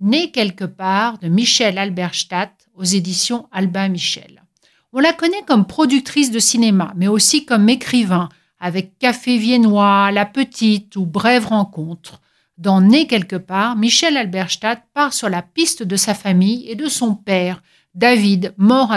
Née quelque part de Michel Halberstadt aux éditions Albin Michel. On la connaît comme productrice de cinéma, mais aussi comme écrivain, avec Café viennois, La Petite ou Brève rencontre. Dans Née quelque part, Michel Halberstadt part sur la piste de sa famille et de son père, David, mort à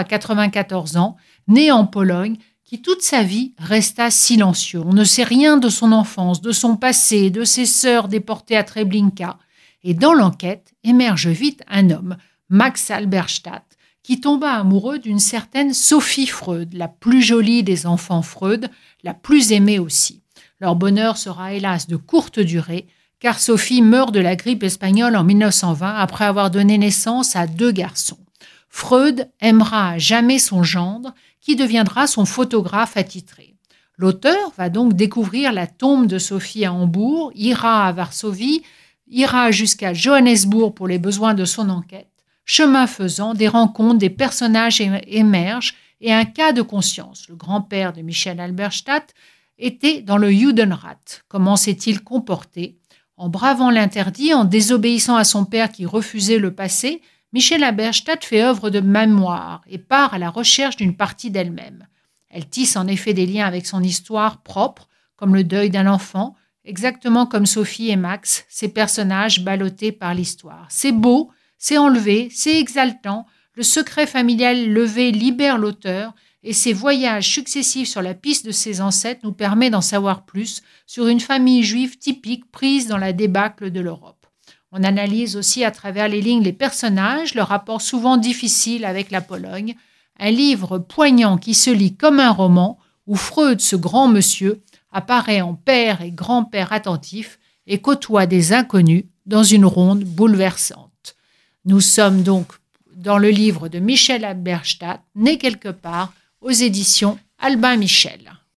94 ans, né en Pologne, qui toute sa vie resta silencieux. On ne sait rien de son enfance, de son passé, de ses sœurs déportées à Treblinka. Et dans l'enquête émerge vite un homme, Max Halberstadt, qui tomba amoureux d'une certaine Sophie Freud, la plus jolie des enfants Freud, la plus aimée aussi. Leur bonheur sera hélas de courte durée, car Sophie meurt de la grippe espagnole en 1920 après avoir donné naissance à 2 garçons. Freud aimera à jamais son gendre, qui deviendra son photographe attitré. L'auteur va donc découvrir la tombe de Sophie à Hambourg, ira à Varsovie, ira jusqu'à Johannesburg pour les besoins de son enquête. Chemin faisant, des rencontres, des personnages émergent et un cas de conscience. Le grand-père de Michel Halberstadt était dans le Judenrat. Comment s'est-il comporté? En bravant l'interdit, en désobéissant à son père qui refusait le passé, Michel Halberstadt fait œuvre de mémoire et part à la recherche d'une partie d'elle-même. Elle tisse en effet des liens avec son histoire propre, comme le deuil d'un enfant, exactement comme Sophie et Max, ces personnages ballottés par l'histoire. C'est beau, c'est enlevé, c'est exaltant, le secret familial levé libère l'auteur et ses voyages successifs sur la piste de ses ancêtres nous permettent d'en savoir plus sur une famille juive typique prise dans la débâcle de l'Europe. On analyse aussi à travers les lignes les personnages, leur rapport souvent difficile avec la Pologne, un livre poignant qui se lit comme un roman où Freud, ce grand monsieur, apparaît en père et grand-père attentif et côtoie des inconnus dans une ronde bouleversante. Nous sommes donc dans le livre de Michel Halberstadt, Né quelque part, aux éditions Albin Michel.